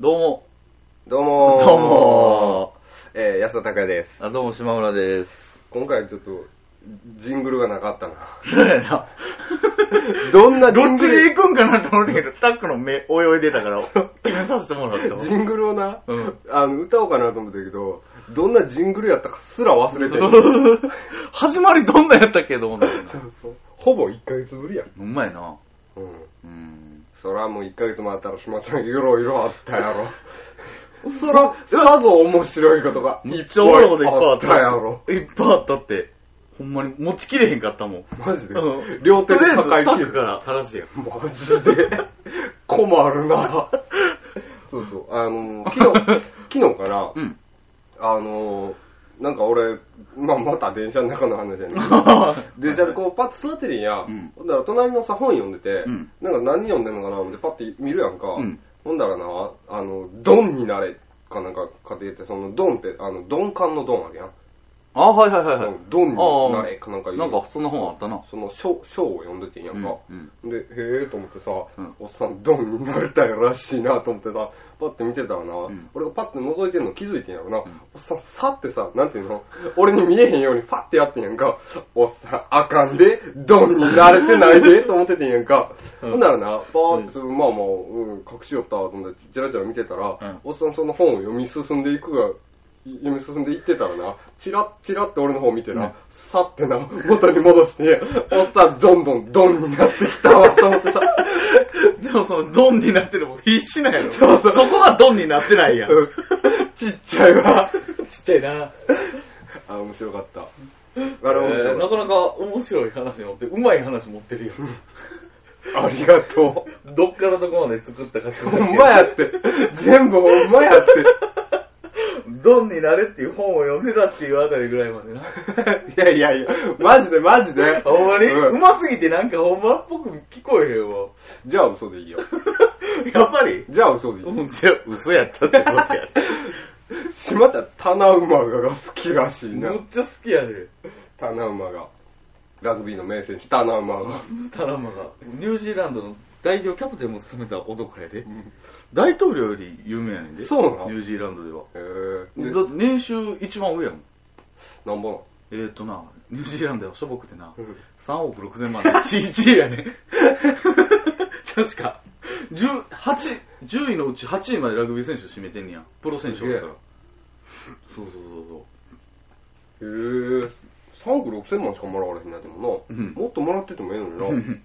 どうも。 どうもー。 どうも安田拓也です。 どうも、島村です。 今回ちょっと、ジングルがなかったな。 そうやな。 どんなジどっちングルで行くんかなと思ったけど、タックの目泳いでたから、決めさせてもらったわ。 ジングルをな、 うん、 歌おうかなと思ったけど、どんなジングルやったかすら忘れてる。 始まりどんなやったっけと思ったけど。 そうそう。ほぼ1ヶ月ぶりやん。 うまいな。 そらもう1ヶ月もあったらしまちゃんいろいろあったやろ。そらぞ面白いことがめっちゃおもろいこといっぱいあったやろ。 いっぱいあったって。ほんまに持ちきれへんかったもん。 マジで両手で抱えてるから話や。 マジで困るな。そうそう。昨日かな、 うん、 なんか俺、また電車の中の話やねんけど、電車でこうパッと座ってるんや。ほんだら隣のさ本読んでて、なんか何読んでんのかな思ってパッて見るやんか。ほんだらな、ドンになれかなんか買って言って、そのドンって、鈍感のドンあるやん。 はいはいはいはい。 ドンになれかなんか言う。 なんかそんな本あったな。 その章を読んでてんやんか。で、へえと思ってさ、おっさんドンになれたいらしいなと思ってさ、パッて見てたらな、俺がパッて覗いてんの気づいてんやろな。おっさんさってさ、なんていうの、俺に見えへんようにパッてやってんやんか。おっさんあかんで、ドンになれてないでと思っててんやんか。ほんならな、パーってまあ隠しよったと思ってチラチラ見てたら、おっさんその本を読み進んでいってたらな、チラッチラって俺の方見てな、さってな、元に戻して、おっさんどんどんドンになってきたわと思ってさ。 でもそのドンになってるのも必死なんやろ。そこはドンになってないやん。 ちっちゃいわ。 ちっちゃいな。 面白かった。 なかなか面白い話持って、うまい話持ってるよ。 ありがとう。どっからどこまで作ったか知らないけど。ほんまやって。全部ほんまやって。 ドンになれっていう本を読んでたっていうあたりぐらいまでな。 いや、マジで。 ほんまに、うますぎてなんかほんまっぽく聞こえへんわ。 じゃあ嘘でいいよ。 やっぱりじゃあ嘘でいい。 じゃあ嘘やったってことや。 島ちゃん、棚馬が好きらしいな。 めっちゃ好きやで。 棚馬が。ラグビーの名選手、棚馬が。 棚馬が。ニュージーランドの代表キャプテンも務めた男やで。大統領より有名やねんで。 そうなニュージーランドでは。 だって年収一番上やもん。 なんぼニュージーランドはしょぼくてな、3億6千万で1位やね。確か。10位のうち8位までラグビー選手占めてんねや。プロ選手だから。そう。 へぇ3億6千万しかもらわれへんな、でもな。もっともらっててもええのにな。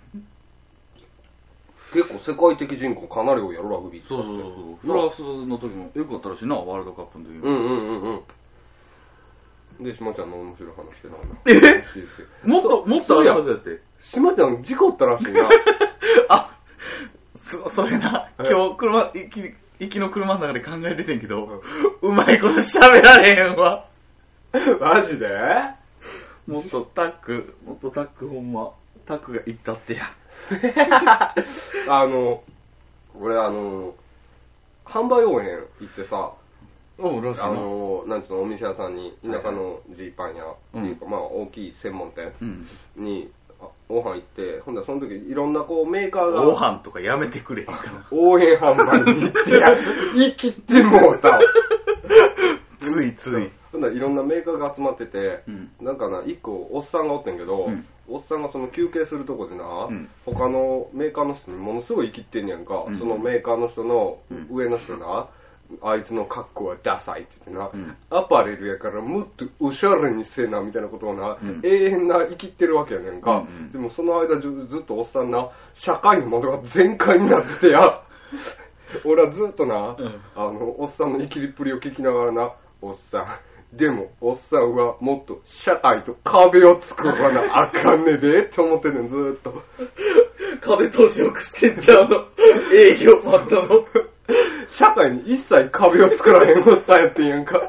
結構世界的人口かなり多いやろ、ラグビーって。 そう。フランスの時もよかったらしいな、ワールドカップの時も。 で、島ちゃんの面白い話してたな。もっとあるはずやって。 島ちゃん事故ったらしいな。 それな、今日行きの車の中で考えててんけど、うまいこと喋られへんわ。 マジでもっとタックほんま、タックが行ったってや。 俺販売応援行ってさ、 らしいな。 なんつうの、お店屋さんに、田舎のジーパン屋っていうか、大きい専門店に、応販行って、ほんだらその時いろんなこうメーカーが。 応援とかやめてくれ。 応援販売に行ってや、生きてもうた。 つい。 ほんだらいろんなメーカーが集まってて、なんかな、一個おっさんがおってんけど、おっさんがその休憩するとこでな、他のメーカーの人にものすごい生きってんねやんか、そのメーカーの人の上の人な、あいつの格好はダサいって言ってな、アパレルやからもっとおしゃれにせなみたいなことをな、永遠な生きってるわけやねんか、でもその間ずっとおっさんな、社会の窓が全開になっててや、俺はずっとな、おっさんの生きりっぷりを聞きながらな、おっさん、でも、おっさんはもっと社会と壁を作らなあかんねでって思ってんねん、ずーっと。 壁通しよくしてんちゃうの。営業パッドの。 社会に一切壁を作らへんおっさんやってんやんか。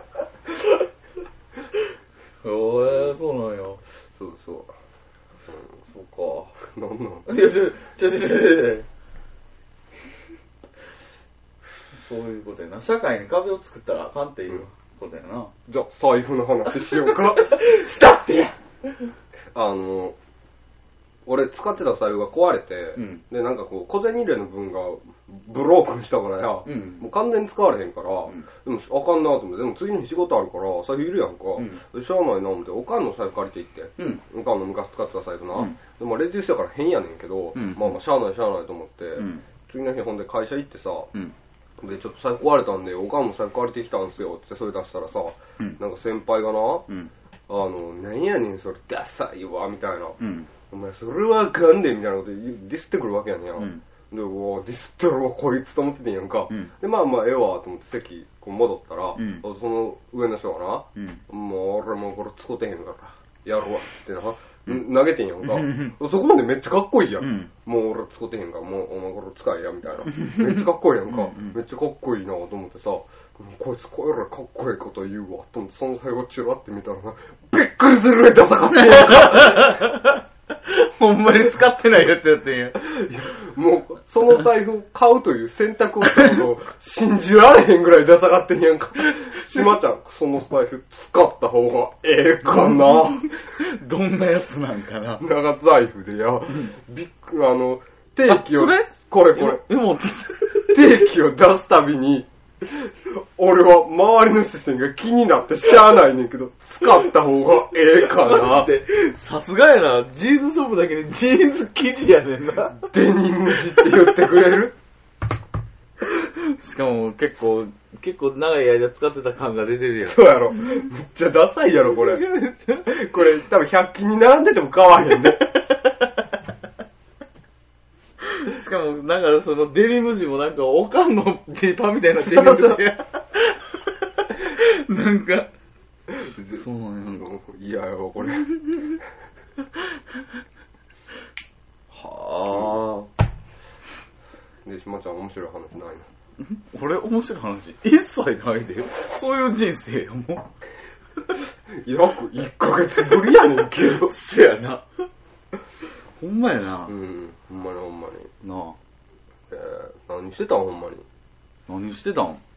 そうなんや。 そう。 そうか。 なんいや、そういうことやな。社会に壁を作ったらあかんっていうことやな。 じゃあ、財布の話しようか。 したってや俺使ってた財布が壊れて、で、なんかこう、小銭入れの分がブロークンしたからや、もう完全に使われへんから、でもあかんなと思って、でも次の日仕事あるから、財布いるやんか。しゃあないな思って、おかんの財布借りて行って、おかんの昔使ってた財布な。でもレディースやから変やねんけど、まあしゃあないと思って、次の日ほんで会社行ってさ、で、ちょっと財布壊れたんで、おかんも財布借りてきたんすよってそれ出したらさ、なんか先輩がな、なんやねんそれダサいわ、みたいな。お前それはあかんでみたいなことディスってくるわけやねんや。で、うわディスってるわこいつと思っててんやんか。で、まあまあええわと思って席こう戻ったら、その上の人がな、もう俺もうこれ使ってへんからやるわってな、投げてんやんか。そこまでめっちゃかっこいいやん。もう俺使ってへんから、もうお前これ使えやみたいな。めっちゃかっこいいやんか。めっちゃかっこいいなと思ってさ、こいつこういうかっこいいこと言うわと思って、その財布をチラって見たらな、びっくりするぐらいダサかったやんか。 ほんまに使ってないやつやってんや。いや、 もう、その財布を買うという選択をしたのを信じられへんぐらいダサがってんやんか。しまちゃん、その財布使った方がええかな。 どんなやつなんかな。 長財布でや、定期を、これ。定期を出すたびに、俺は周りの視線が気になってしゃあないねんけど、使った方がええかな。 さすがやな。ジーンズショップだけでジーンズ生地やねんな。 デニム地って言ってくれる？ しかも結構長い間使ってた感が出てるやん。 そうやろ。めっちゃダサいやろ、これ。これ多分100均に並んでても買わへんね。 しかも、なんかそのデニム地もなんかおかんのジーパンみたいなデニム地や。なんか、そうなんや。 いやよ、これ。はぁ。で、しまちゃん面白い話ないの？ 俺面白い話一切ないで。そういう人生やもん。 約1ヶ月ぶりやねんけど。 せやな。ほんまやな。 ほんまに。 なあ。 何してたんほんまに。 何してたん？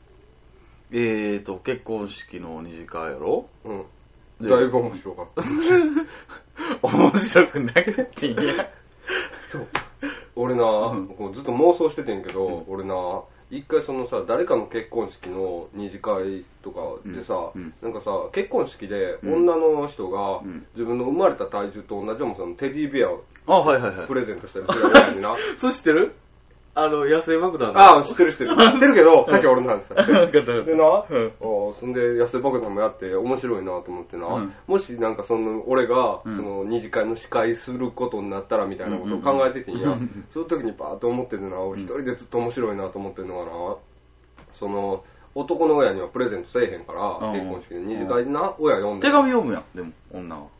結婚式の二次会やろ？ だいぶ面白かった。 面白くなくっていいや。 そう。俺な、ずっと妄想しててんけど、俺な、一回そのさ、誰かの結婚式の二次会とかでさ、なんかさ、結婚式で女の人が自分の生まれた体重と同じ重さのテディベアをプレゼントしたりするやつにな。 そう知ってる？野生爆弾。 知ってるけど、さっき俺の話した。でな、そんで野生爆弾もやって面白いなと思ってな、もしなんか俺が、その二次会の司会することになったらみたいなことを考えててんや。その時にパーッと思ってるな、俺一人でずっと面白いなと思ってるのがな、その、男の親にはプレゼントせえへんから、結婚式で二次会でな、親呼んで。 手紙読むやん、でも、女は。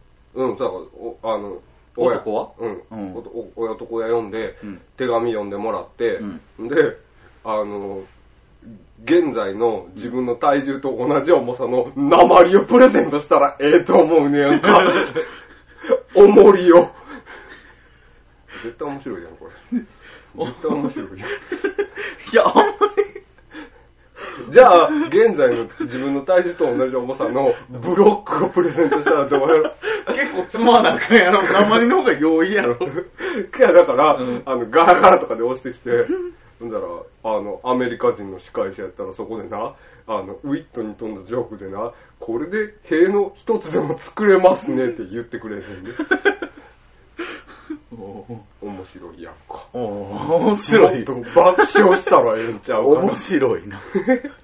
男は？男親呼んで、手紙読んでもらって、で、現在の自分の体重と同じ重さの鉛をプレゼントしたらええと思うねやんか。重りを。絶対面白いやん、これ。絶対面白いやん。いや、あんまり。 じゃあ、現在の自分の体重と同じ重さのブロックをプレゼントしたらどうやろ。 結構つまなあかんやろ。鉛の方が容易やろ。 いや、だから、ガラガラとかで押してきて、ほんだら、アメリカ人の司会者やったらそこでな、ウィットに富んだジョークでな、これで塀の一つでも作れますねって言ってくれるんで。面白いやんか。 面白い。 もっと爆笑したらええんちゃうかな。 面白いな。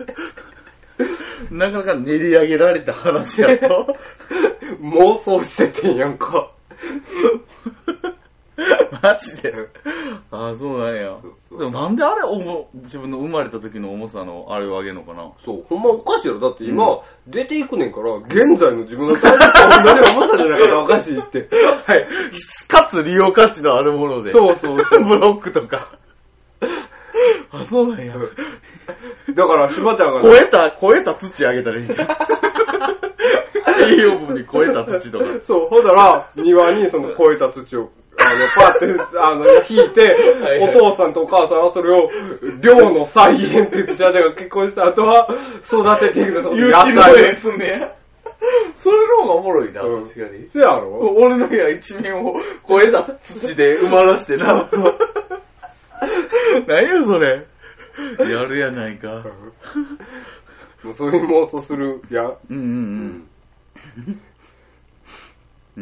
なかなか練り上げられた話やと。 妄想しててんやんか。 マジで。そうなんや。でもなんであれ自分の生まれた時の重さのあれをあげるのかな。 そう、ほんまおかしいやろ。だって今、出ていくねんから、現在の自分の体重と同じ重さじゃなかったらおかしいって。 はい。かつ利用価値のあるもので。 そうそうそう。 ブロックとか。そうなんや。 だから、しばちゃんが、 超えた土あげたらいいんじゃん。栄養分に超えた土とか。 そう、ほんだら、庭にその超えた土を、パーって、引いて、はいはい、お父さんとお母さんはそれを、寮の菜園って言って、じゃあ結婚した後は、育てていくの、その野菜。すんねそれの方がおもろいな、 うん確かに。 せやろ俺の部屋一面を超えた土で埋まらしてな。何やそれ。やるやないか。 もうそういう妄想するや。 うんうんうん。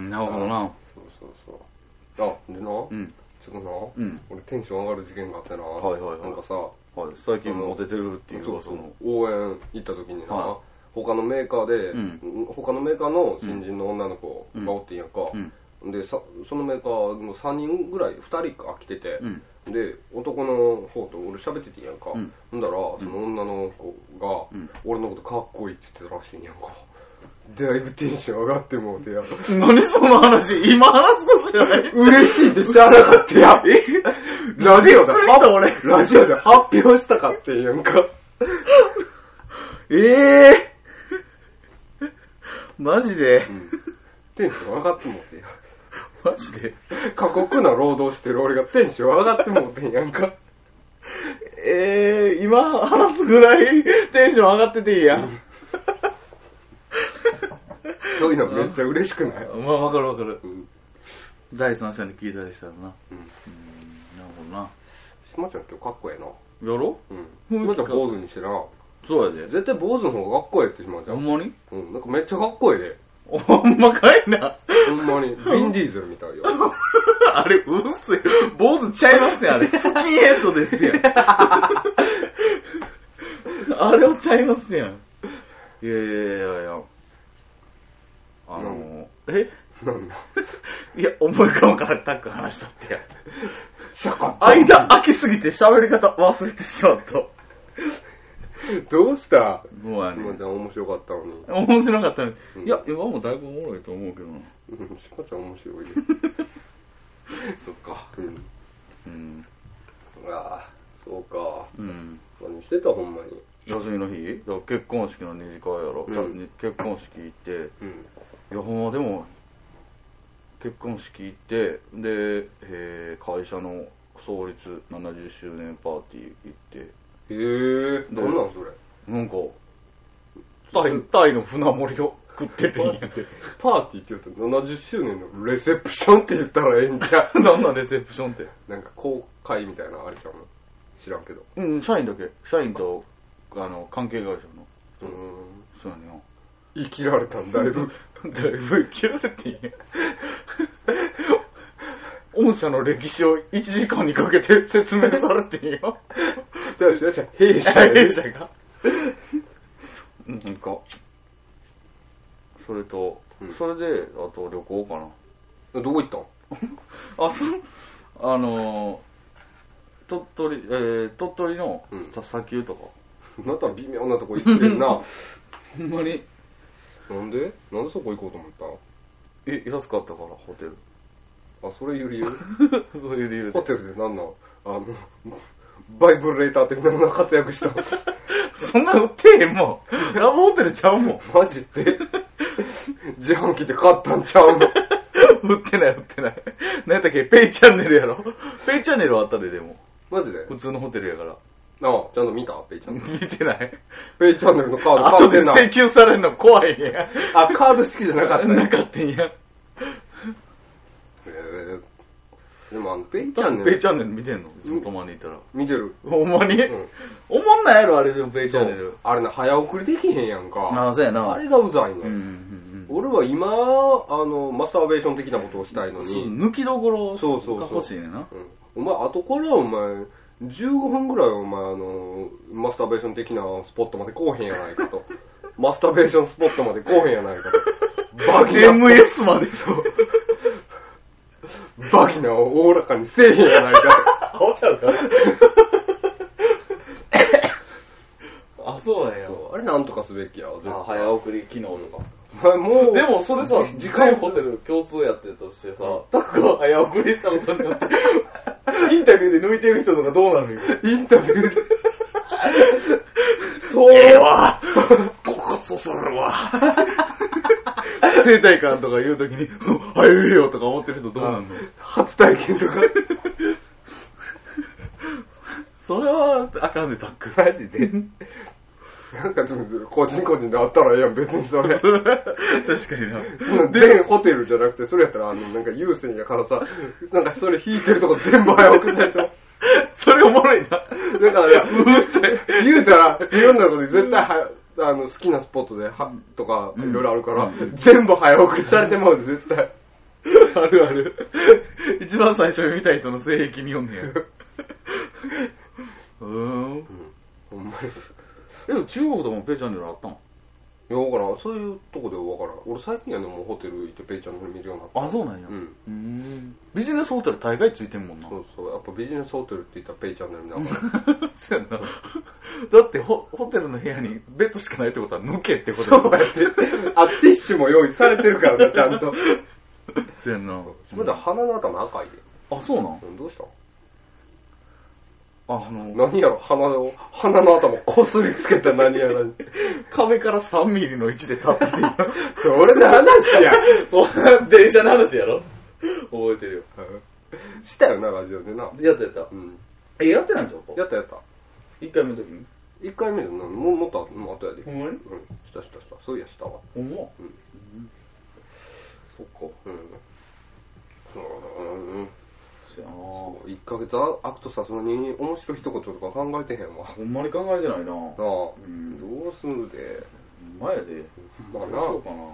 なるほどな。 そう。あ、でな、ちょっとな、俺テンション上がる事件があってな、なんかさ、 最近モテてるっていうか、 その応援行った時にな、他のメーカーで、他のメーカーの新人の女の子がおってんやんか、でそのメーカーの3人ぐらい、2人か来てて、で、男の方と俺喋っててんやんか、ほんだら、その女の子が、俺のことかっこいいって言ってたらしいんやんか。だいぶテンション上がってもうてや。 何その話今話すことじゃない。 嬉しいって知らなかったや。ラジオでラジオで発表したかってんやんか。 マジで、 テンション上がってもうてや。 マジで過酷な労働してる俺がテンション上がってもうてんやんか。 今話すぐらいテンション上がってていいやん。 そういうのめっちゃ嬉しくない？ まあわかるわかる。第三者に聞いたりしたらな。なるほどな。 島ちゃん今日かっこええな。 やろ？ 島ちゃん坊主にしてな。 そうやで。 絶対坊主の方がかっこええって島ちゃん。 ほんまに？ なんかめっちゃかっこええで。 ほんまかいな。 ほんまに。ビンディーゼルみたいよ。 あれ、うっせえ。坊主ちゃいますやん、あれ。スキンヘッドですやん。あれをちゃいますやん。いや。 なんだいや、思い浮かぶからタック話したってや。 間空きすぎて喋り方忘れてしまった。 どうしたもうやね。 島ちゃん面白かったのに。 面白かったのに。いや、今もだいぶおもろいと思うけどな。 島ちゃん面白いで。 そっか。 ああ、そうか。何してたほんまに。 休みの日結婚式の二次会やろ。結婚式行って。いや、ほんまでも、結婚式行って、で、会社の創立70周年パーティー行って。 どんなんそれ。 なんか、タイの船盛りを食ってて。 パーティーって言うと70周年のレセプションって言ったらええんじゃん。 なんなんレセプションって。 なんか公開みたいなのあれちゃうの知らんけど。 社員だけ。社員と、関係会社の。そうやね。 生きられたんだいぶ。 だいぶ生きられてんや。御社の歴史を1時間にかけて説明されてんよ。 弊社が。なんか、それと、それで、あと旅行かな。 どこ行ったん？鳥取の砂丘とか。 また微妙なとこ行ってんな。 ほんまに。 なんでそこ行こうと思った？ 安かったから、ホテル。 それいう理由そういう理由で。 ホテルでなんなんバイブレーター的なもの活躍したそんな売ってへんもん。ラブホテルちゃうもん。 マジで自販機で買ったんちゃうの売ってない。何やったっけペイチャンネルやろ。ペイチャンネルはあったで、でも。 マジで普通のホテルやから。 ちゃんと見たペイチャンネル。 見てない。 ペイチャンネルのカード買ってない。後で請求されるの怖いんや。 カード式じゃなかったなかったんや。 でもペイチャンネル。 ペイチャンネル見てんのいつも泊まにいたら。 見てる。 ほんまにおもんないやろ、あれでもペイチャンネル。 あれな、早送りできへんやんか。 そうやな。 あれがうざいね。俺は今、マスターベーション的なことをしたいのに。 抜きどころが欲しいねんな。 お前、あとこれはお前、15分ぐらいお前マスターベーション的なスポットまで来おへんやないかと。マスターベーションスポットまで来おへんやないかと。 バギナ MS までそう。 バギナをおおらかにせえへんやないかと。あおちゃうかそうなんや。 あれなんとかすべきや。 早送り機能とか。 もうでもそれさ、次回ホテル共通やってたとしてさ、タックが早送りしたことによって、インタビューで抜いてる人とかどうなるのよ。 インタビューで。 そうわ。ここそするわ。生体館とか言うときに、入れるよとか思ってる人どうなるの？ 初体験とか。 それはあかんね、タック。 マジで。 なんかでも、個人個人であったらええやん、別にそれ。 確かにな。 全ホテルじゃなくて、それやったら、なんか優先やからさ、なんかそれ引いてるとこ全部早送りないと。 それおもろいな。だからね、言うたら、いろんなことに絶対好きなスポットで、とか、いろいろあるから、全部早送りされてまうで、絶対。 あるある。一番最初に見た人の性癖に読んでんや。ほんまに。でも中国とかもペイチャンネルあったん？ いや、わからん。そういうとこでわからん。俺最近やね、もうホテル行ってペイチャンネル見るようになった。 あ、そうなんや。ビジネスホテル大概ついてんもんな。 そうそう。やっぱビジネスホテルって言ったらペイチャンネルな。 そうやな。だってホテルの部屋にベッドしかないってことは抜けってことそうやって。あ、ティッシュも用意されてるからね、ちゃんと。 そうやんな。 まだ鼻の頭赤いで。 あ、そうなん？ どうした？ 何やろ、鼻の頭こすりつけた何やらに。 壁から3ミリの位置で立ってる。 それの話や。 そんな電車の話やろ？覚えてるよ。 したよな、ラジオでな。 やった。やってないんちゃうか？ やった。 1回目の時に 1回目でもっと後やで。 ほんまに？ した。そういや、したわ。 ほんま？そっか。 1ヶ月空くとさすがに面白い一言とか考えてへんわ。 ほんまに考えてないな。 どうするで。 ほんまやで。 まあな。 そうかな。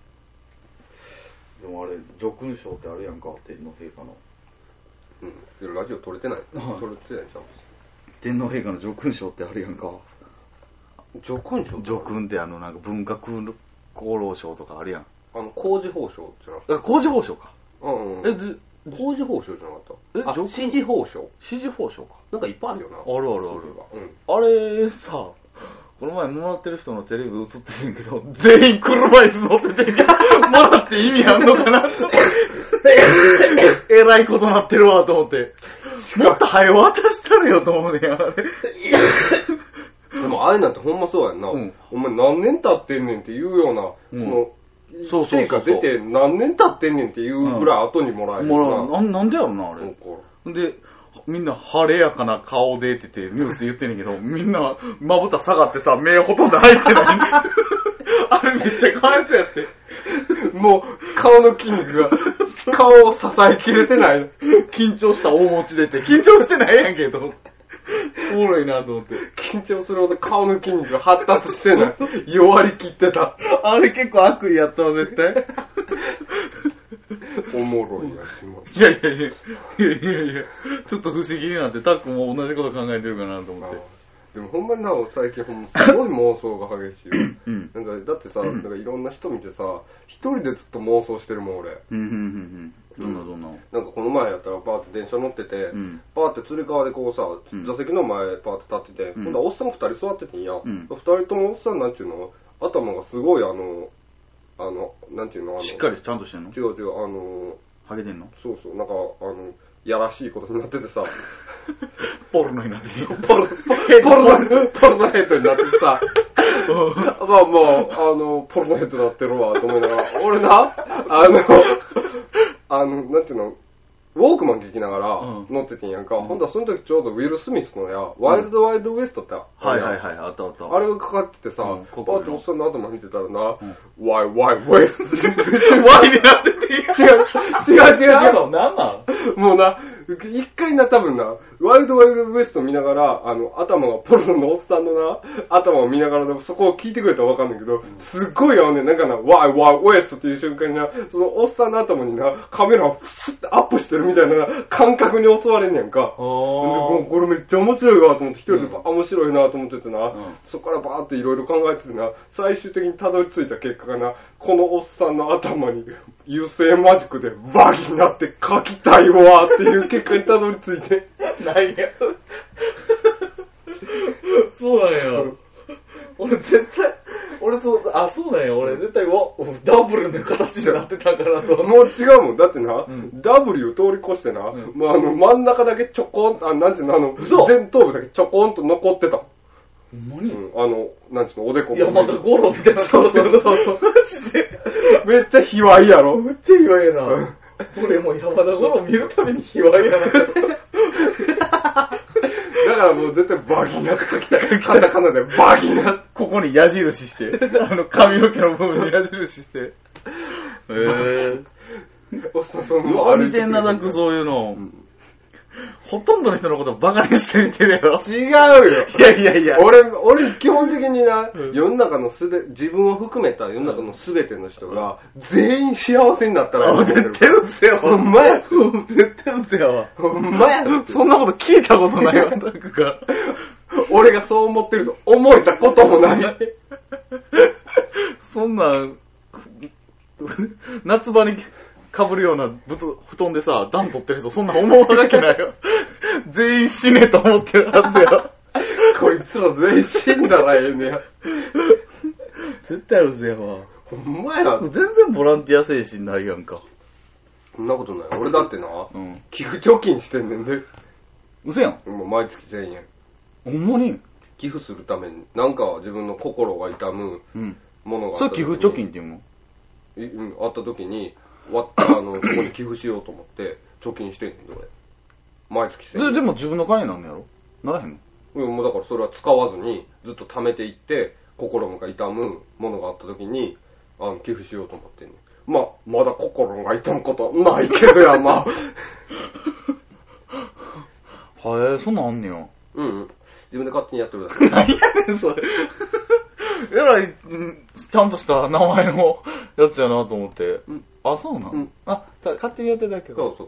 でもあれ、叙勲章ってあるやんか、天皇陛下の。 ラジオ撮れてない。撮れてないじゃん。 天皇陛下の叙勲章ってあるやんか。 叙勲章？ 叙勲ってなんか文化功労賞とかあるやん。 工事報奨じゃなくて。 工事報奨か。 工事報奨じゃなかった？支持報奨？ 支持報奨か。 なんかいっぱいあるよな。 ある。あれさ、この前もらってる人のテレビ映ってるんけど、全員車椅子乗ってて、もらって意味あんのかなって。えらいことなってるわと思って。もっと早渡したるよと思うねん、あれ。 でもああいうなんてほんまそうやんな。お前何年経ってんねんっていうような、成果出て何年経ってんねんっていうぐらい後にもらえるなんでやろな、あれ。で、みんな晴れやかな顔でってニュースで言ってんねんけど、みんなまぶた下がってさ、目ほとんど入ってない。あれめっちゃ可愛くやって。 もう顔の筋肉が顔を支えきれてない。 緊張した大持ち出て、緊張してないやんけど。おもろいなと思って。 緊張するほど顔の筋肉が発達してない。弱りきってた。 あれ結構悪意やったわ、絶対。 おもろいやつも。 いや、ちょっと不思議になって、タックも同じこと考えてるかなと思って。 でもほんまにな、最近すごい妄想が激しいよ。なんかだってさ、なんかいろんな人見てさ、一人でずっと妄想してるもん、俺。 どんな。 なんかこの前やったらバーって電車乗ってて、バーってつり革でこうさ、座席の前バーって立ってて、今度はおっさんが2人座っててんや。2人ともおっさんなんちゅうの、頭がすごいなんていうの、 しっかりちゃんとしてんの？ 違う、 ハゲてんの？ そう、なんかやらしいことになっててさ、 ポルノになってて、 ポルノヘッドになっててさ、まあもう、ポルノヘッドになってるわ、と思いながら、俺な、なんていうの、ウォークマン聞きながら乗っててんやんか。ほんとはその時ちょうどウィル・スミスのワイルド・ワイルド・ウエストってあった。 あった。 あれがかかっててさ、パーっておっさんの頭見てたらな、ワイ・ウエスト。ワイになってて違う。 なんなんもうな、一回な、多分な、ワイルド・ワイルド・ウエスト見ながら、頭がポルノのおっさんのな、頭を見ながら、そこを聞いてくれたらわかんないけど、すっごいなんかな、ワイ・ウエストっていう瞬間にな、そのおっさんの頭にな、カメラをスッてアップしてるみたいな感覚に襲われんねやんか。これめっちゃ面白いわと思って、一人で面白いなと思っててな、そこからバーっていろいろ考えててな、最終的にたどり着いた結果がな、このおっさんの頭に油性マジックでバギになって描きたいわっていう結果にたどり着いて。 なんや。そうなんや。俺絶対、そうなんや。俺絶対、ダブルの形になってたからと。 もう違うもん。だってな、W 通り越してな、真ん中だけちょこんと、なんちゅうの、前頭部だけちょこんと残ってた。 ほんまに？ なんちゅうの、おでこ。 山田五郎みたいな。そう。マジで。 めっちゃ卑猥やろ。 めっちゃ卑猥やな。俺も山田五郎見るために卑猥やな。 だからもう絶対バギナって書きたい。カタカナでバギナ。 ここに矢印して、髪の毛の部分に矢印して。 おっさん、その見てんな、そういうの。ほとんどの人のことバカにしてみてるやろ。 違うよ。 いや。 俺基本的にな、世の中の自分を含めた世の中のすべての人が、全員幸せになったら。 絶対嘘やわ。 ほんまや。 絶対嘘やわ。 ほんまや。 そんなこと聞いたことないわ、 俺がそう思ってると思えたこともない。 そんな、夏場に被るような布団でさ、暖取ってる人そんな思うわけないよ。全員死ねと思ってるはずよ。 こいつら全員死んだらええねや。 絶対嘘やわ。 ほんまや。 全然ボランティア精神ないやんか。 そんなことない。俺だってな、寄付貯金してんねんで。 嘘やん。 もう毎月1000円。 ほんまに寄付するために、なんか自分の心が痛むものがあった時に。 それ寄付貯金っていうの？ あった時に、そこに寄付しようと思って、貯金してんねんで、俺。毎月1000円。 でも自分の金になんのやろ？ならへんの？ もうだからそれは使わずに、ずっと貯めていって、心が痛むものがあった時に、寄付しようと思ってんねん。まだ心が痛むことないけどや、まあ。 そんなんあんねや。 自分で勝手にやってるだけ。 何やねん、それ。えらい、ちゃんとした名前のやつやなと思って。あ、そうなの？勝手にやってるだけか。 そう。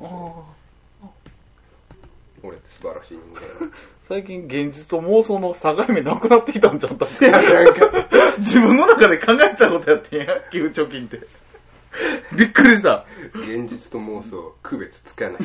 俺って素晴らしい人間やな。 最近現実と妄想の境目なくなってきたんちゃったっけ？自分の中で考えたことやってんや、寄付貯金って。びっくりした。 現実と妄想、区別つかない。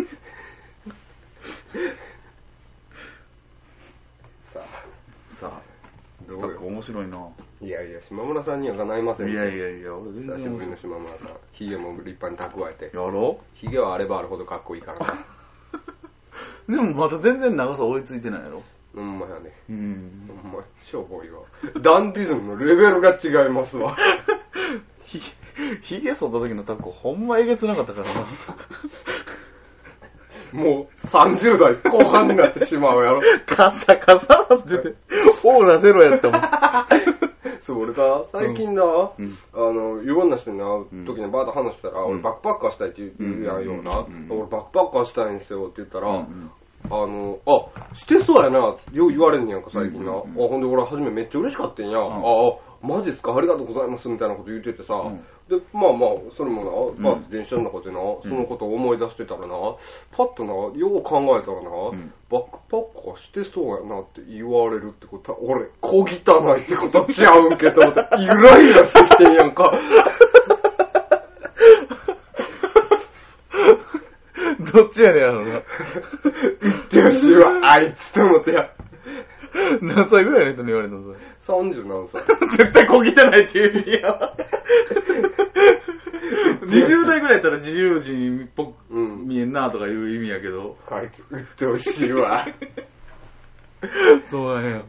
さあ、どうよ。 面白いな。 いや、島村さんにはかないませんね。 いや、俺久しぶりの島村さん。ヒゲも立派に蓄えて。 やろう？ ヒゲはあればあるほどかっこいいからな。 でもまだ全然長さ追いついてないやろ？ ほんまやね。 ほんま、しょぼいわ。ダンディズムのレベルが違いますわ。 ヒゲ剃った時のタコほんまえげつなかったからな。 もう30代後半になってしまうやろ。 カサカサなってて、オーラゼロやったもん。 そう、俺さ、最近な、いろんな人に会う時にバーッと話したら、俺バックパッカーしたいって言うやんよな。俺バックパッカーしたいんですよって言ったら、してそうやな、よう言われんねやんか、最近な。ほんで俺初めめっちゃ嬉しかったんや。マジっすか、ありがとうございますみたいなこと言っててさ、で、それもな、電車の中でな、そのことを思い出してたらな、パッとな、よう考えたらな、バックパッカーしてそうやなって言われるってことは、俺、小汚いってことちゃうんけど、イライラしてきてんやんか。 どっちやねんやろな。 言ってほしいわ、あいつと思ってや。 何歳ぐらいの人に言われるのそれ。 30何歳。 絶対小汚いっていう意味や。20代ぐらいやったら自由人っぽく見えんなとかいう意味やけど。 あいつ言ってほしいわ。 そうなんや。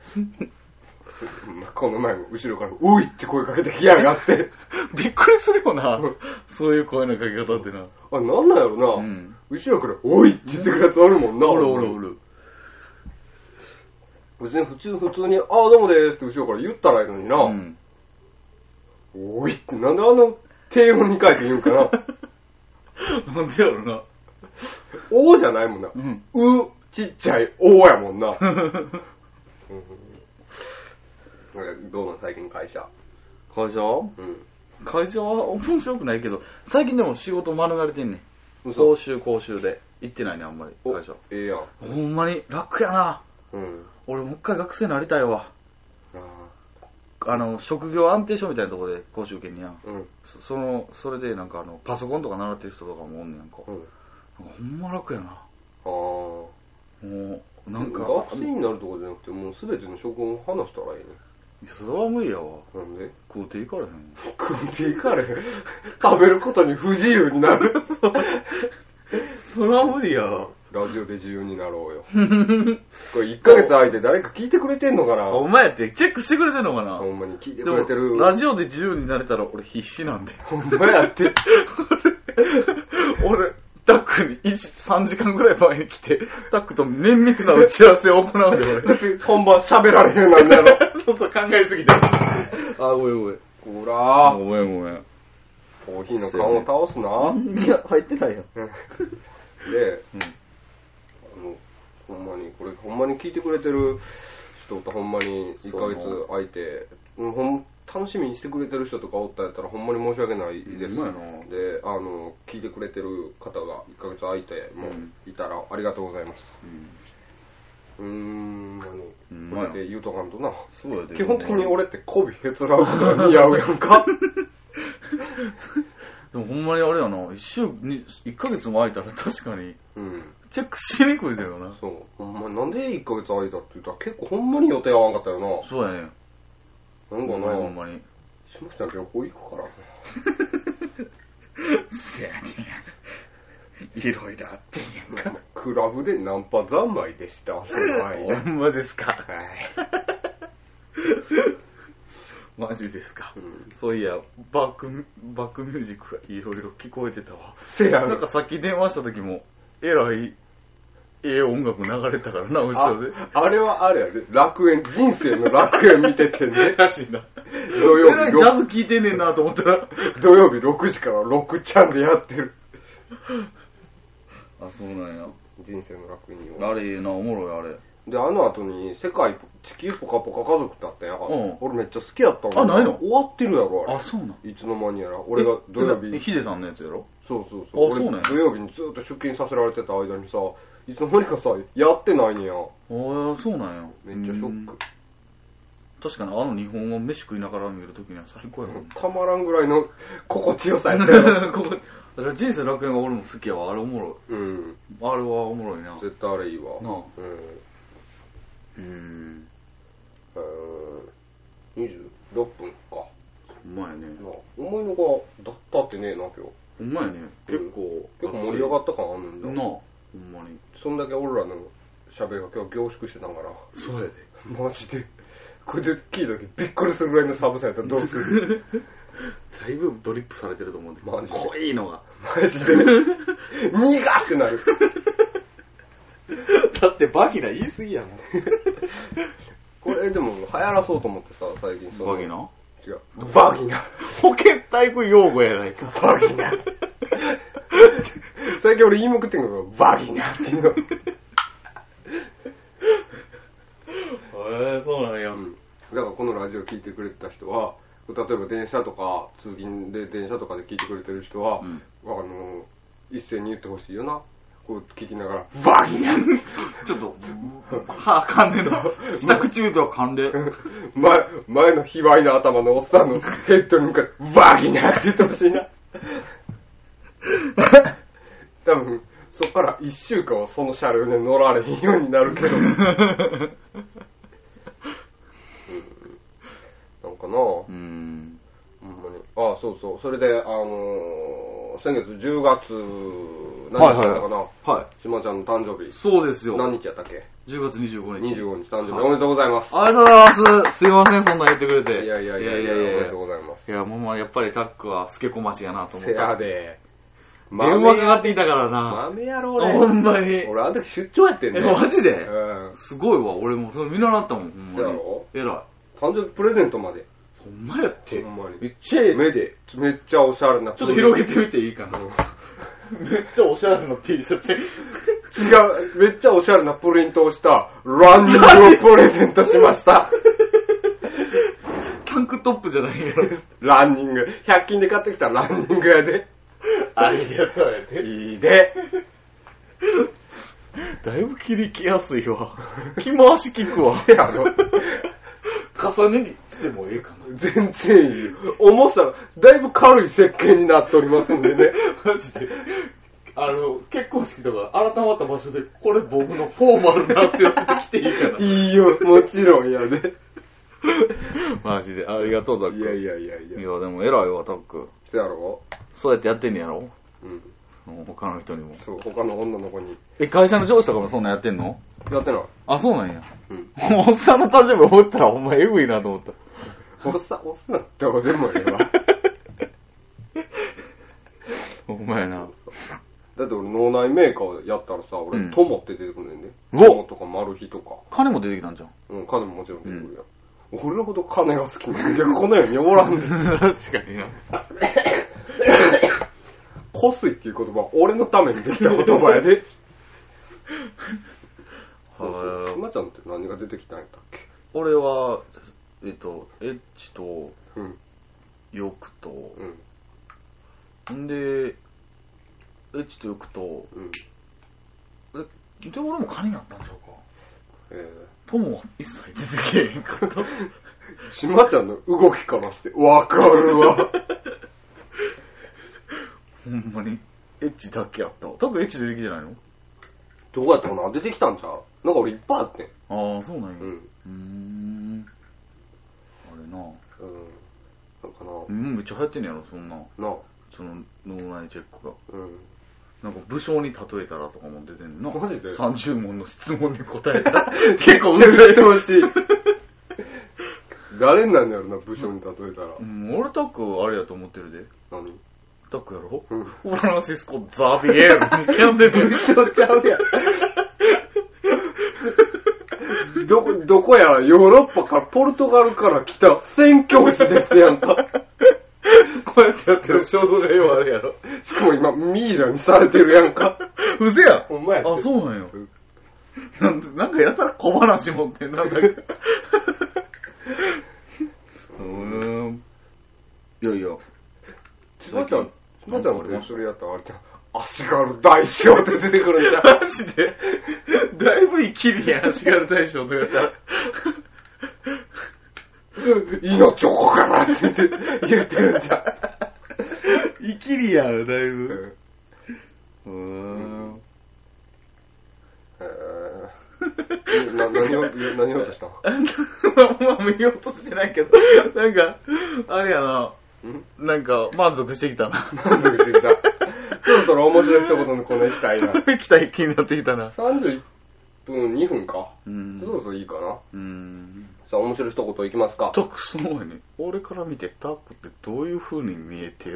この前も後ろから、おいって声かけてきやがって。 びっくりするよな。そういう声のかけ方ってな。 なんなんやろな。後ろから、おいって言ってくるやつあるもんな。 おる。 別に普通に、どうもでーすって後ろから言ったらいいのにな。おいって、なんで低音に変えて言うんかな。 なんでやろな。 おじゃないもんな。ちっちゃい、おやもんな。どうなん最近会社。 会社は面白くないけど、最近でも仕事免れてんねん。講習で。行ってないね、あんまり。会社。 ええやん。 ほんまに楽やな。俺もう一回学生になりたいわ。職業安定所みたいなところで講習受けんねや。それでなんかパソコンとか習ってる人とかもおんねんか。ほんま楽やな。 もう、なんか。 学生になるとかじゃなくて、もうすべての職を話したらいいね。 それは無理やわ。 なんで食うていかれへん。 食うていかれへん。食べることに不自由になる。 それは無理やわ。 ラジオで自由になろうよ。これ1ヶ月空いて誰か聞いてくれてんのかな。 お前ってチェックしてくれてんのかな。 ほんまに聞いてくれてる。 ラジオで自由になれたら俺必死なんで。 ほんまやって。 俺、 タックに3時間ぐらい前に来て、タックと綿密な打ち合わせを行うで、俺。 本番喋られへんなんだろ。 そうそう、考えすぎて。あ、ごめんごめん。 ほらごめんごめん。 コーヒーの缶を倒すな。 いや、入ってないよ。 で、ほんまに、これほんまに聞いてくれてる人とほんまに1ヶ月空いて、楽しみにしてくれてる人とかおったやったらほんまに申し訳ないです。で、聞いてくれてる方が1ヶ月空いてもいたらありがとうございます。これで言うとかんとな。 そうやで。 基本的に俺って媚びへつらうことが似合うやんか。 でもほんまにあれやな、1ヶ月も空いたら確かに、チェックしにくいだよな。 そう。ほんまになんで1ヶ月空いたって言ったら結構ほんまに予定合わんかったよな。 そうやね。 なんかな、 ほんまに。 しましたら旅行行くからな。 せやねん。いろいろあってんやんか。 クラブでナンパ三昧でした。その間。 ほんまですか。 はい。 マジですか。そういや、バックミュージックがいろいろ聞こえてたわ。 せやなんかさっき電話した時も、えらい、音楽流れたからな、後ろで。 あれはあれやで、楽園、人生の楽園見ててね。 らしいな。 土曜日。 ジャズ聴いてんねんなと思ったら。 土曜日6時から6ちゃんでやってる。 あ、そうなんや。 人生の楽園に。 あれいいな、おもろいあれ。 で、あの後に、地球ポカポカ家族ってあったやん。俺めっちゃ好きやったもん。あ、ないの？ 終わってるやろ、あれ。 あ、そうなん。 いつの間にやら。俺が土曜日。 ヒデさんのやつやろ？ そうそうそう。 あ、そうなんや。 土曜日にずっと出勤させられてた間にさ、いつの間にかさ、やってないねや。ああ、そうなんや。 めっちゃショック。 確かにあの日本を飯食いながら見るときには最高やもん。 たまらんぐらいの心地よさやったよ。 だから人生楽園が俺も好きやわ。あれおもろい。あれはおもろいな。 絶対あれいいわ。 なあ。 26分か。 ほんまやね。 思いのがだったってねえな、今日。 ほんまやね。結構盛り上がった感あるんだ。 なあ。ほんまに。 そんだけ俺らの喋りが今日凝縮してたから。 そうやで。 マジで。これで聞いた時びっくりするぐらいの寒さやったらどうする？ だいぶドリップされてると思うんで。 マジで。 濃いのが。 マジで。苦ってなる。 だってバギナ言い過ぎやもん。 これでも流行らそうと思ってさ、最近バギナ？ 違う。バギナ。 保健体育用語やないか。 バギナ。最近俺言いまくってんけど、バギナっていうの。 そうなんや。 だからこのラジオ聞いてくれてた人は、例えば電車とか、通勤で電車とかで聞いてくれてる人は、一斉に言ってほしいよな。こう聞きながら、バギナちょっと、歯噛んでんの。下唇と噛んで。 前の卑猥な頭のおっさんのヘッドに向かって、バギナって言ってほしいな。多分、そっから1週間はその車両で乗られへんようになるけど。なんかなほんまに。あ、そうそう。それで、先月10月、何日だったかな。 はい。 島ちゃんの誕生日。 そうですよ。 何日やったっけ？ 10月25日。 25日誕生日、おめでとうございます。 ありがとうございます。すいません、そんな言ってくれて。 いや、おめでとうございます。 いや、もうやっぱりタックはスケこましやなと思った。 せやで。 電話かかってきたからな。 豆やろ、俺。 ほんまに。 俺、あの時出張やってんね。 マジで？すごいわ。俺もそれ見習ったもん。ほんまに。 やろ？ えらい。 誕生日プレゼントまで。 ほんまやって。 ほんまに。 めっちゃええって。 めっちゃおしゃれな。 ちょっと広げてみていいかな。めっちゃおしゃれな T シャツ。違う、めっちゃおしゃれなプリントをしたランニングをプレゼントしました。 タンクトップじゃないやろ。 ランニング。100均で買ってきたランニングやで。 ありがとうやで。 いいで。 だいぶ切りきやすいわ。着回し効くわ。重ね着してもいいかな。 全然いいよ。重さ、だいぶ軽い設計になっておりますんでね。 マジで。結婚式とか改まった場所で、これ僕のフォーマルなやつやってきていいかな。 いいよ、もちろんやで。 マジで。ありがとう、タック。 いや。いや、でも偉いわ、タック。 そうやろ？ そうやってやってんねやろ？他の人にも。 そう、他の女の子に。 会社の上司とかもそんなんやってんの？ やってない。 あ、そうなんや。おっさんの誕生日覚えたらほんまエグいなと思った。 おっさんってどうでもええわ。 ほんまやな。 だって俺脳内メーカーやったらさ、俺、友って出てくるねんね。 友とかマルヒとか。 金も出てきたんじゃん。 うん、金ももちろん出てくるやん。俺のほど金が好きな人間この世におらんで。 確かにな。 こすいっていう言葉は俺のためにできた言葉やで。ひまちゃんって何が出てきたんやったっけ？ 俺は、エッチと、欲と、んで、エッチと欲と、で、俺も金になったんちゃうか。友は一切出てけえへんかった。 しまちゃんの動きからしてわかるわ。 ほんまに、エッチだけやったわ。多分エッチ出てきてないの？ どうやったかな？出てきたんちゃう？なんか俺いっぱいあってん。 ああ、そうなんや。あれな。 なんかな。 めっちゃ流行ってんねやろ、そんな。 な。 その脳内チェックが。なんか武将に例えたらとかも出てんの。 マジで ？30問の質問に答えたら。結構難しい。ほしい。誰になんやろな、武将に例えたら。 俺タックあれやと思ってるで。 何？ タックやろ？フランシスコ・ザビエルにキャンデル武将ちゃうやん。どこやらヨーロッパからポルトガルから来た宣教師ですやんか。 こうやってやってる肖像がようあるやろ。 しかも今ミイラにされてるやんか。 うせや。 ほんまや。 あ、そうなんよ。なんかやたら小話持ってんな、だけ。いやいや。 しまちゃんと一緒にやったらあれじゃん。足軽大将って出てくるんじゃん。 マジでだいぶ生きるやん、足軽大将とかやったら。 命をこかなって言ってるんじゃん。 生きるやん、だいぶ。 何をとしたの？ まあ見ようとしてないけど、なんか、あれやな。なんか、満足してきたな。 満足してきた。そろそろ面白い一言のこの行きたいな。 行きたい気になってきたな。 31分2分か。そろそろいいかな。さあ、面白い一言いきますか。 タクその前に、俺から見てタクってどういう風に見えてる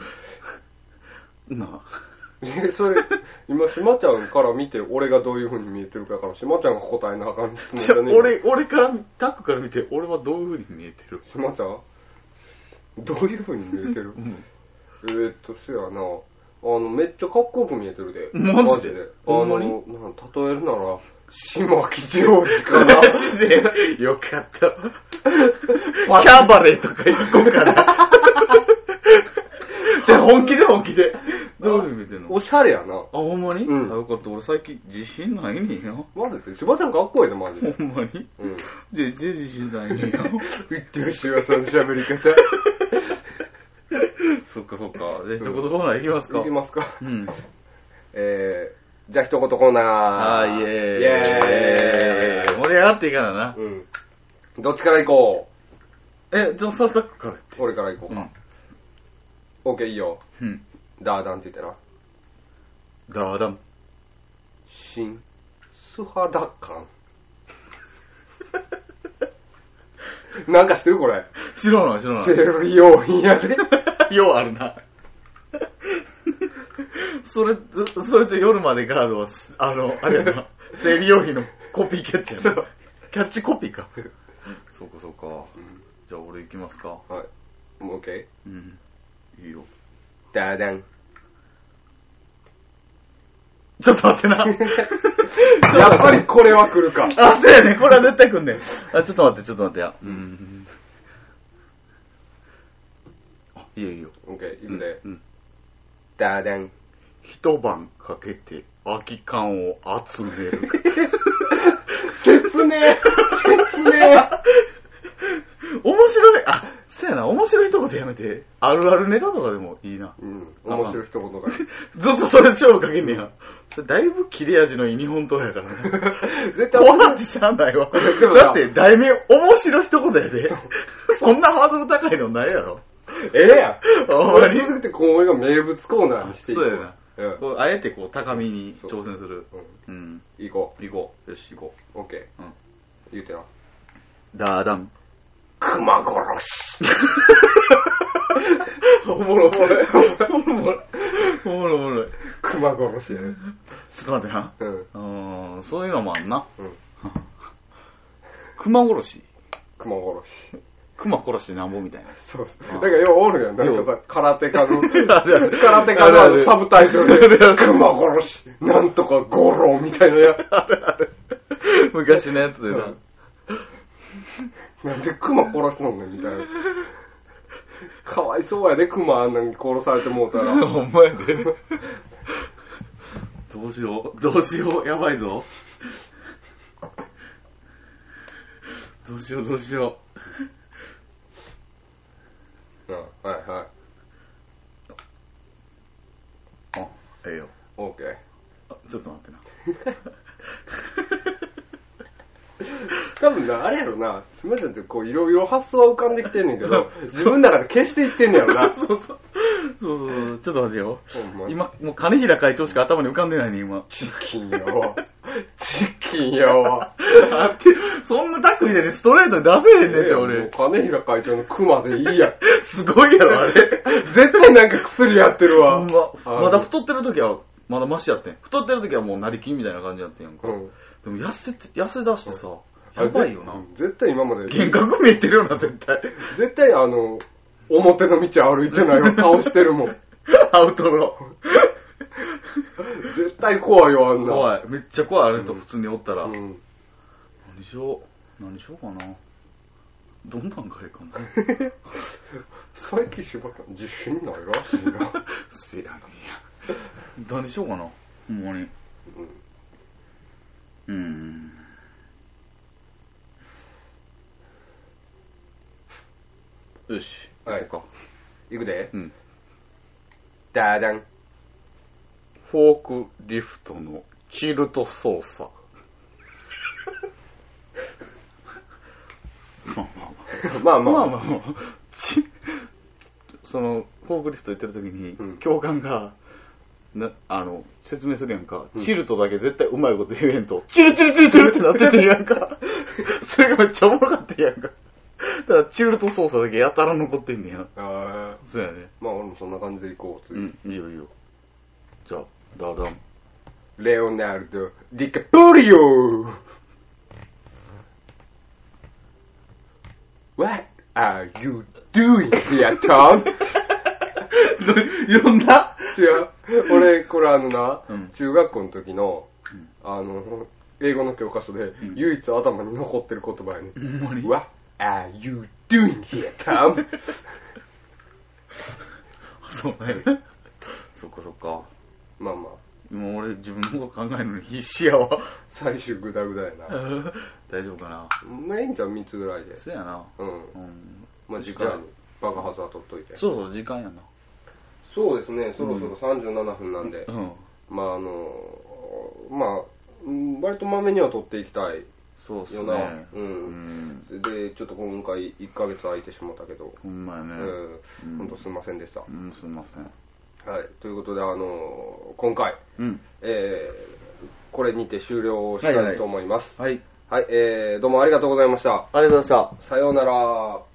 なあ。 それ、今、しまちゃんから見て俺がどういう風に見えてるかから、しまちゃんが答えなあかん質問じゃあ、俺から、タクから見て俺はどういう風に見えてる？ しまちゃんどういう風に見えてる？せやな。めっちゃかっこよく見えてるで。 マジで？ 例えるなら、島吉郎次かな。 マジでよかった。キャバレーとか行こうかな。じゃあ本気で。どういう意味での？ おしゃれやな。 あ、ほんまに？よかった。俺最近自信ないねんよ。 マジで？しばちゃんかっこいいで、マジで。 ほんまに？じゃあ自信ないねんよ。 言ってよ、しわさんの喋り方。 そっか。じゃあ一言コーナーいきますか？ いきますか。じゃあ一言コーナー。 イエーイ。盛り上がっていかなな。 どっちから行こう？じゃあサタックから言って。 俺から行こうか。オッケー、いいよ。ダーダンって言ってな。 ダーダン。 新素肌感。なんか知ってるこれ。 知らない。 生理用品やで。 ようあるな。それと夜までガードは、あれやな。生理用品のコピーキャッチやな。キャッチコピーか。そうか。じゃあ俺行きますか。 はい。もう OK？ いいよ。 ダーダン。 ちょっと待ってな。 やっぱりこれは来るか。 あ、そうやね。これは絶対来んねん。あ、ちょっと待ってや。いいよ。 オッケー、いくで。ダーダン。 一晩かけて空き缶を集める。 説明面白い。あ、そうやな。面白いとこでやめて。あるあるネタとかでもいいな。 面白い一言だ。 ずっとそれ勝負かけんねや。それだいぶ切れ味のいい日本刀やからね。 絶対怖ってしゃあないわ。だって題名面白い一言やで。そんなハードル高いのないやろ。 やん。 ほんまに。 続けてこれが名物コーナーにしていい。 そうやな。あえてこう高みに挑戦する。 行こう。よし、行こう。オッケー。言うてな。 ダーダン。 熊殺し。 おもろい。 熊殺しやね。 ちょっと待ってな。そういうのもあんな。熊殺し。 熊殺し。 熊殺しなんぼみたいな。 そうそう。だからようおるやん。なんかさ、空手家のサブタイトルで、熊殺し、なんとか五郎みたいなや。 昔のやつでな。 なんで熊殺すのねみたいな。かわいそうやで、熊あんなに殺されてもうたら。 ほんまやで。どうしよう、やばいぞ。どうしよう。 はいはい。 ええよ。 オーケー。 ちょっと待ってな。 多分な、あれやろな、すみませんってこういろいろ発想は浮かんできてんねんけど、自分の中で消していってんねやろな。 そう、ちょっと待ってよ。今、もう金平会長しか頭に浮かんでないね、今。 チキンやわ。 そんなタックみたいにストレートに出せへんねんって、俺。 金平会長のクマでいいやん。 すごいやろ、あれ。 絶対なんか薬やってるわ。 まだ太ってる時は、まだマシやってん。太ってる時はもう成金みたいな感じやってんやんか。でも痩せ出してさ、やばいよな。 絶対今まで。 幻覚見えてるよな、絶対。 絶対表の道歩いてないよ、顔してるもん。 アウトロ絶対怖いよ、あんな。 怖い。めっちゃ怖い、あれと普通におったら。何しようかな。どんなんがいいかな。 最近しばらく自信ないらしいな。 せやねんや。何しようかな。ほんまに。よし。 はい。 行こうか。行くで。 ダダン。フォークリフトのチルト操作。まあ。その、フォークリフト行ってる時に、教官が、説明するやんか。チルトだけ絶対うまいこと言えんと、チルってなっててんやんか。それがめっちゃおもろかったやんか。だからチルト操作だけやたら残ってんねや。そうやね。 まあ俺もそんな感じで行こう、次。 いいよ。じゃあ、ダダン。 レオナルド・ディカプリオWhat are you doing here, Tom? 呼んだ？ 違う。俺、これ中学校の時の、英語の教科書で、唯一頭に残ってる言葉やね。What are you doing here, Tom? そうね。そっか。 まあ。 今俺自分のこと考えるのに必死やわ。 最終グダグダやな。 大丈夫かな。 まあ、いいんちゃう3つぐらいで。 そうやな。 まあ時間に爆発は取っといて。 そう、時間やな。 そうですね、そろそろ37分なんで。まあ割とまめには取っていきたい。 そうっすね。 で、ちょっと今回1ヶ月空いてしまったけど。 ほんまやね。 ほんとすいませんでした。 すいません。 はい。ということで、今回、これにて終了したいと思います。 はい。 はい。どうもありがとうございました。 ありがとうございました。 さようなら。